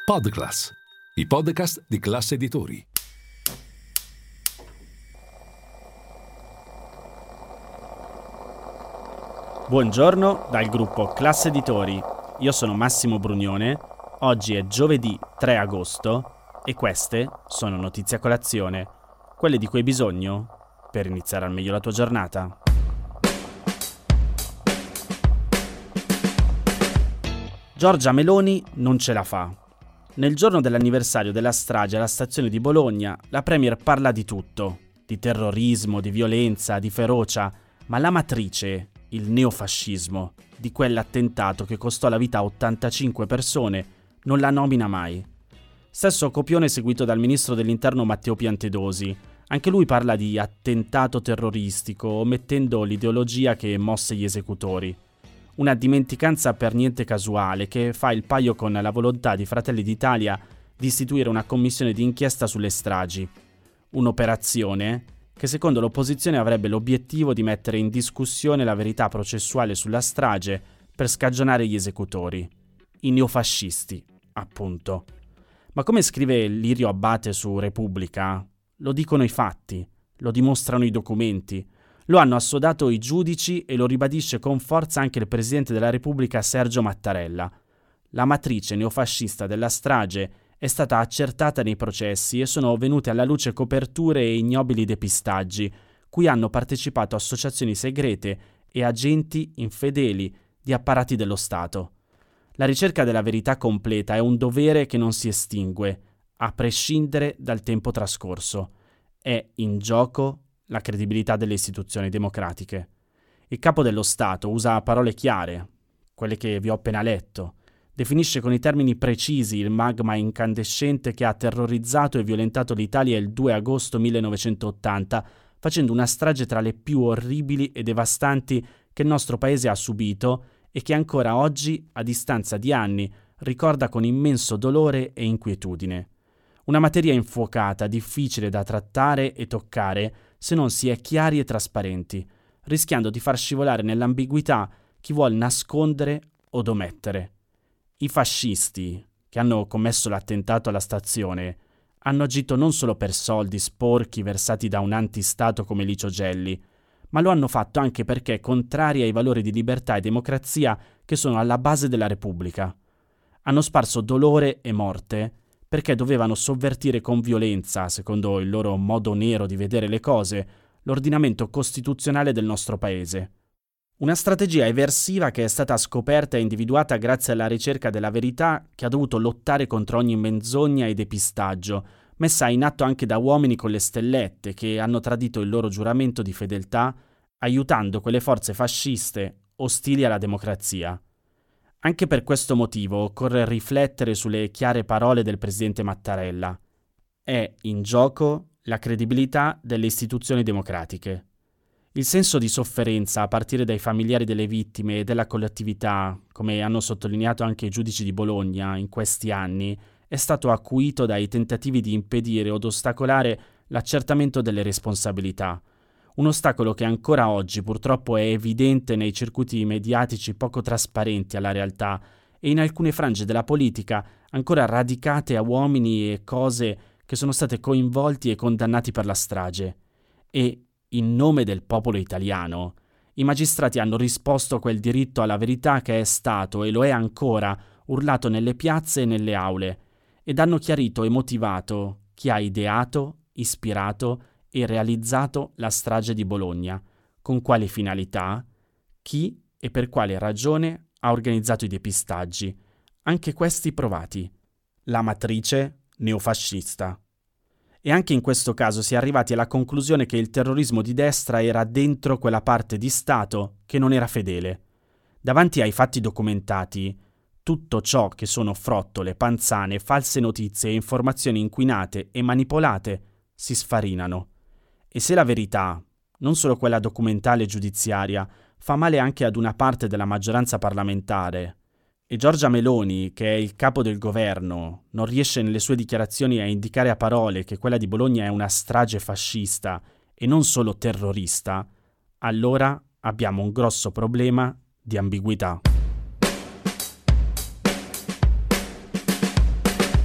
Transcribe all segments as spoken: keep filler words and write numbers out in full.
Podclass, i podcast di Classe Editori. Buongiorno dal gruppo Classe Editori. Io sono Massimo Brugnone. Oggi è giovedì tre agosto e queste sono notizie a colazione, quelle di cui hai bisogno per iniziare al meglio la tua giornata. Giorgia Meloni non ce la fa. Nel giorno dell'anniversario della strage alla stazione di Bologna, la Premier parla di tutto, di terrorismo, di violenza, di ferocia, ma la matrice, il neofascismo, di quell'attentato che costò la vita a ottantacinque persone, non la nomina mai. Stesso copione seguito dal ministro dell'Interno Matteo Piantedosi. Anche lui parla di attentato terroristico, omettendo l'ideologia che mosse gli esecutori. Una dimenticanza per niente casuale che fa il paio con la volontà di Fratelli d'Italia di istituire una commissione di inchiesta sulle stragi. Un'operazione che secondo l'opposizione avrebbe l'obiettivo di mettere in discussione la verità processuale sulla strage per scagionare gli esecutori. I neofascisti, appunto. Ma come scrive Lirio Abbate su Repubblica, lo dicono i fatti, lo dimostrano i documenti. Lo hanno assodato i giudici e lo ribadisce con forza anche il Presidente della Repubblica Sergio Mattarella. La matrice neofascista della strage è stata accertata nei processi e sono venute alla luce coperture e ignobili depistaggi, cui hanno partecipato associazioni segrete e agenti infedeli di apparati dello Stato. La ricerca della verità completa è un dovere che non si estingue, a prescindere dal tempo trascorso. È in gioco la credibilità delle istituzioni democratiche. Il capo dello Stato usa parole chiare, quelle che vi ho appena letto, definisce con i termini precisi il magma incandescente che ha terrorizzato e violentato l'Italia il due agosto millenovecentottanta, facendo una strage tra le più orribili e devastanti che il nostro paese ha subito e che ancora oggi, a distanza di anni, ricorda con immenso dolore e inquietudine. Una materia infuocata, difficile da trattare e toccare se non si è chiari e trasparenti, rischiando di far scivolare nell'ambiguità chi vuol nascondere o omettere. I fascisti, che hanno commesso l'attentato alla stazione, hanno agito non solo per soldi sporchi versati da un antistato come Licio Gelli, ma lo hanno fatto anche perché contrari ai valori di libertà e democrazia che sono alla base della Repubblica. Hanno sparso dolore e morte perché dovevano sovvertire con violenza, secondo il loro modo nero di vedere le cose, l'ordinamento costituzionale del nostro paese. Una strategia eversiva che è stata scoperta e individuata grazie alla ricerca della verità, che ha dovuto lottare contro ogni menzogna e depistaggio, messa in atto anche da uomini con le stellette che hanno tradito il loro giuramento di fedeltà, aiutando quelle forze fasciste ostili alla democrazia. Anche per questo motivo occorre riflettere sulle chiare parole del presidente Mattarella. È in gioco la credibilità delle istituzioni democratiche. Il senso di sofferenza a partire dai familiari delle vittime e della collettività, come hanno sottolineato anche i giudici di Bologna in questi anni, è stato acuito dai tentativi di impedire o ostacolare l'accertamento delle responsabilità. Un ostacolo che ancora oggi purtroppo è evidente nei circuiti mediatici poco trasparenti alla realtà e in alcune frange della politica ancora radicate a uomini e cose che sono state coinvolti e condannati per la strage. E, in nome del popolo italiano, i magistrati hanno risposto a quel diritto alla verità che è stato e lo è ancora urlato nelle piazze e nelle aule, ed hanno chiarito e motivato chi ha ideato, ispirato e realizzato la strage di Bologna, con quali finalità, chi e per quale ragione ha organizzato i depistaggi, anche questi provati. La matrice neofascista. E anche in questo caso si è arrivati alla conclusione che il terrorismo di destra era dentro quella parte di Stato che non era fedele. Davanti ai fatti documentati, tutto ciò che sono frottole, panzane, false notizie e informazioni inquinate e manipolate si sfarinano. E se la verità, non solo quella documentale e giudiziaria, fa male anche ad una parte della maggioranza parlamentare, e Giorgia Meloni, che è il capo del governo, non riesce nelle sue dichiarazioni a indicare a parole che quella di Bologna è una strage fascista e non solo terrorista, allora abbiamo un grosso problema di ambiguità.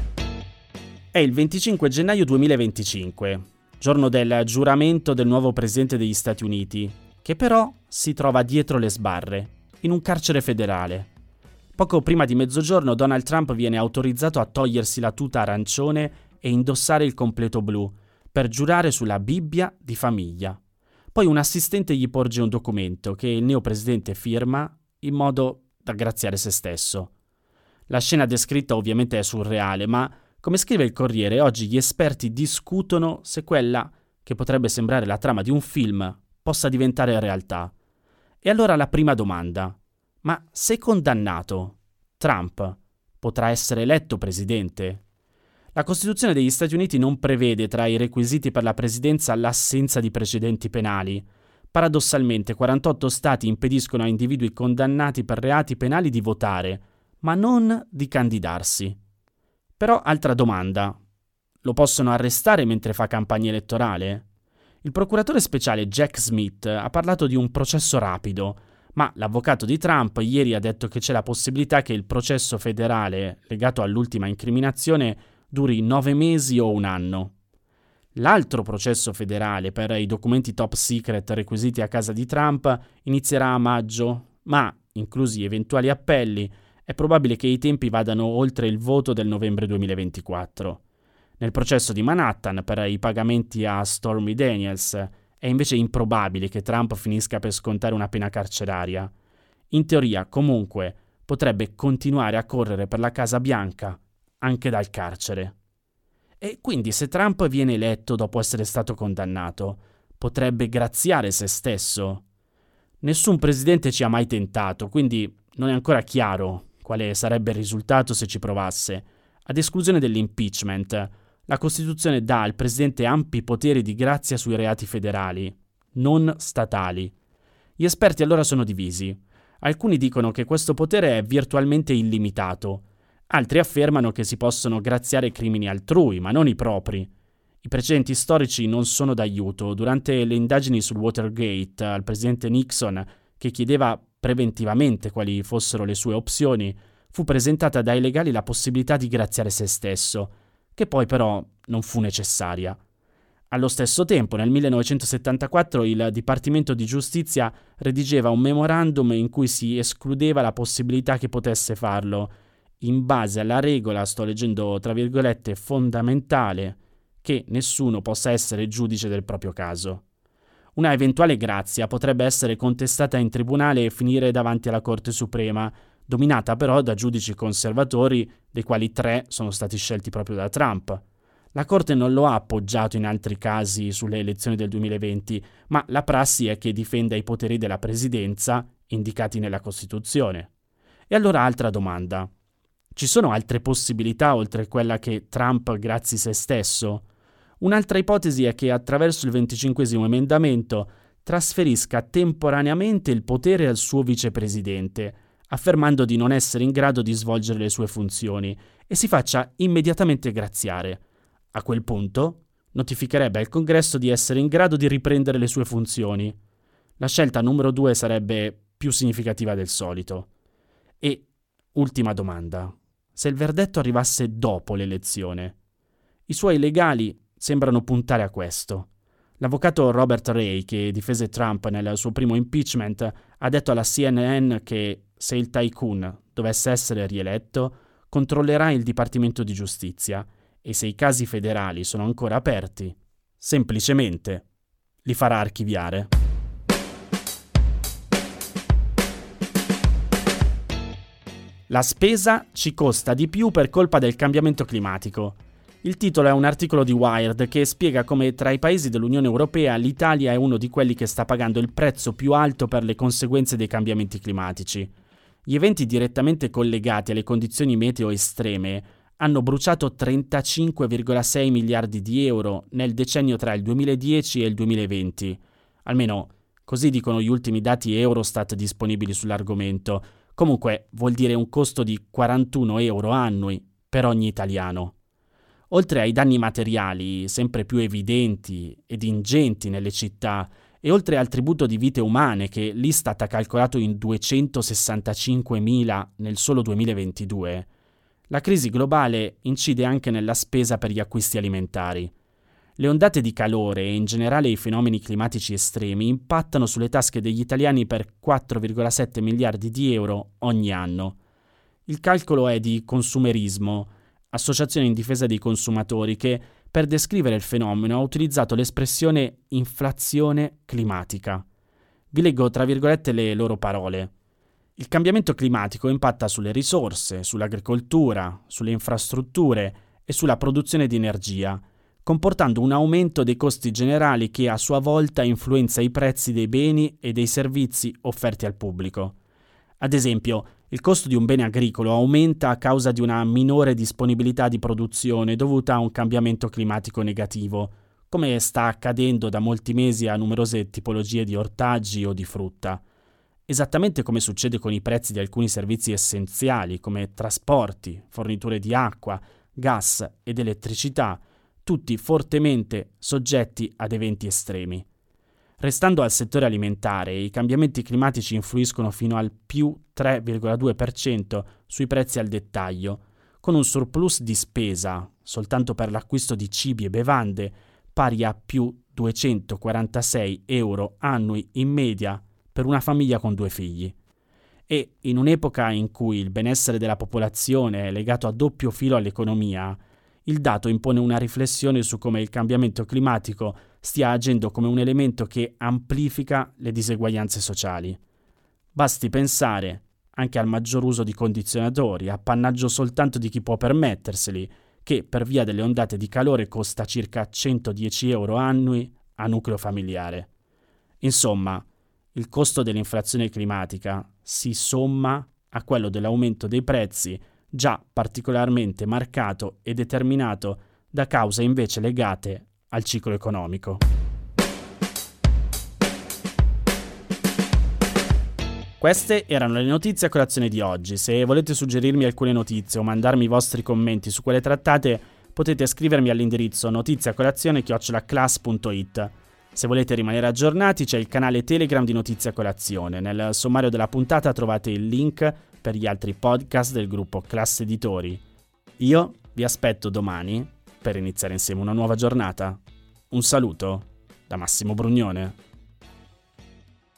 È il venticinque gennaio duemilaventicinque, giorno del giuramento del nuovo presidente degli Stati Uniti, che però si trova dietro le sbarre, in un carcere federale. Poco prima di mezzogiorno Donald Trump viene autorizzato a togliersi la tuta arancione e indossare il completo blu, per giurare sulla Bibbia di famiglia. Poi un assistente gli porge un documento che il neopresidente firma in modo da graziare se stesso. La scena descritta ovviamente è surreale, ma come scrive il Corriere, oggi gli esperti discutono se quella che potrebbe sembrare la trama di un film possa diventare realtà. E allora la prima domanda: ma se condannato, Trump potrà essere eletto presidente? La Costituzione degli Stati Uniti non prevede tra i requisiti per la presidenza l'assenza di precedenti penali. Paradossalmente, quarantotto stati impediscono a individui condannati per reati penali di votare, ma non di candidarsi. Però altra domanda: lo possono arrestare mentre fa campagna elettorale? Il procuratore speciale Jack Smith ha parlato di un processo rapido, ma l'avvocato di Trump ieri ha detto che c'è la possibilità che il processo federale legato all'ultima incriminazione duri nove mesi o un anno. L'altro processo federale per i documenti top secret requisiti a casa di Trump inizierà a maggio, ma, inclusi eventuali appelli, è probabile che i tempi vadano oltre il voto del novembre duemilaventiquattro. Nel processo di Manhattan per i pagamenti a Stormy Daniels è invece improbabile che Trump finisca per scontare una pena carceraria. In teoria, comunque, potrebbe continuare a correre per la Casa Bianca, anche dal carcere. E quindi se Trump viene eletto dopo essere stato condannato, potrebbe graziare se stesso. Nessun presidente ci ha mai tentato, quindi non è ancora chiaro quale sarebbe il risultato se ci provasse. Ad esclusione dell'impeachment, la Costituzione dà al presidente ampi poteri di grazia sui reati federali, non statali. Gli esperti allora sono divisi. Alcuni dicono che questo potere è virtualmente illimitato. Altri affermano che si possono graziare crimini altrui, ma non i propri. I precedenti storici non sono d'aiuto. Durante le indagini sul Watergate al presidente Nixon, che chiedeva preventivamente quali fossero le sue opzioni, fu presentata dai legali la possibilità di graziare se stesso, che poi però non fu necessaria. Allo stesso tempo, nel millenovecentosettantaquattro, il Dipartimento di Giustizia redigeva un memorandum in cui si escludeva la possibilità che potesse farlo, in base alla regola, sto leggendo tra virgolette, fondamentale, che nessuno possa essere giudice del proprio caso. Una eventuale grazia potrebbe essere contestata in tribunale e finire davanti alla Corte Suprema, dominata però da giudici conservatori, dei quali tre sono stati scelti proprio da Trump. La Corte non lo ha appoggiato in altri casi sulle elezioni del duemilaventi, ma la prassi è che difenda i poteri della presidenza indicati nella Costituzione. E allora altra domanda: ci sono altre possibilità oltre quella che Trump grazi se stesso? Un'altra ipotesi è che attraverso il venticinquesimo emendamento trasferisca temporaneamente il potere al suo vicepresidente, affermando di non essere in grado di svolgere le sue funzioni, e si faccia immediatamente graziare. A quel punto notificherebbe al Congresso di essere in grado di riprendere le sue funzioni. La scelta numero due sarebbe più significativa del solito. E ultima domanda: se il verdetto arrivasse dopo l'elezione? I suoi legali sembrano puntare a questo. L'avvocato Robert Ray, che difese Trump nel suo primo impeachment, ha detto alla C N N che se il tycoon dovesse essere rieletto, controllerà il Dipartimento di Giustizia e se i casi federali sono ancora aperti, semplicemente li farà archiviare. La spesa ci costa di più per colpa del cambiamento climatico. Il titolo è un articolo di Wired che spiega come tra i paesi dell'Unione Europea l'Italia è uno di quelli che sta pagando il prezzo più alto per le conseguenze dei cambiamenti climatici. Gli eventi direttamente collegati alle condizioni meteo estreme hanno bruciato trentacinque virgola sei miliardi di euro nel decennio tra il duemiladieci e il duemilaventi. Almeno così dicono gli ultimi dati Eurostat disponibili sull'argomento. Comunque vuol dire un costo di quarantuno euro annui per ogni italiano. Oltre ai danni materiali, sempre più evidenti ed ingenti nelle città, e oltre al tributo di vite umane che l'Istat ha calcolato in duecentosessantacinquemila nel solo duemilaventidue, La crisi globale incide anche nella spesa per gli acquisti alimentari. Le ondate di calore e in generale i fenomeni climatici estremi impattano sulle tasche degli italiani per quattro virgola sette miliardi di euro ogni anno. Il calcolo è di Consumerismo, associazione in difesa dei consumatori, che per descrivere il fenomeno ha utilizzato l'espressione inflazione climatica. Vi leggo tra virgolette le loro parole. Il cambiamento climatico impatta sulle risorse, sull'agricoltura, sulle infrastrutture e sulla produzione di energia, comportando un aumento dei costi generali che a sua volta influenza i prezzi dei beni e dei servizi offerti al pubblico. Ad esempio, il costo di un bene agricolo aumenta a causa di una minore disponibilità di produzione dovuta a un cambiamento climatico negativo, come sta accadendo da molti mesi a numerose tipologie di ortaggi o di frutta. Esattamente come succede con i prezzi di alcuni servizi essenziali come trasporti, forniture di acqua, gas ed elettricità, tutti fortemente soggetti ad eventi estremi. Restando al settore alimentare, i cambiamenti climatici influiscono fino al più tre virgola due per cento sui prezzi al dettaglio, con un surplus di spesa, soltanto per l'acquisto di cibi e bevande, pari a più duecentoquarantasei euro annui in media per una famiglia con due figli. E in un'epoca in cui il benessere della popolazione è legato a doppio filo all'economia, il dato impone una riflessione su come il cambiamento climatico stia agendo come un elemento che amplifica le diseguaglianze sociali. Basti pensare anche al maggior uso di condizionatori, appannaggio soltanto di chi può permetterseli, che per via delle ondate di calore costa circa centodieci euro annui a nucleo familiare. Insomma, il costo dell'inflazione climatica si somma a quello dell'aumento dei prezzi, già particolarmente marcato e determinato da cause invece legate al ciclo economico. Queste erano le notizie a colazione di oggi. Se volete suggerirmi alcune notizie o mandarmi i vostri commenti su quelle trattate, potete scrivermi all'indirizzo notiziacolazione chiocciola class punto it. Se volete rimanere aggiornati, c'è il canale Telegram di Notizia Colazione. Nel sommario della puntata trovate il link per gli altri podcast del gruppo Class Editori. Io vi aspetto domani per iniziare insieme una nuova giornata. Un saluto da Massimo Brugnone.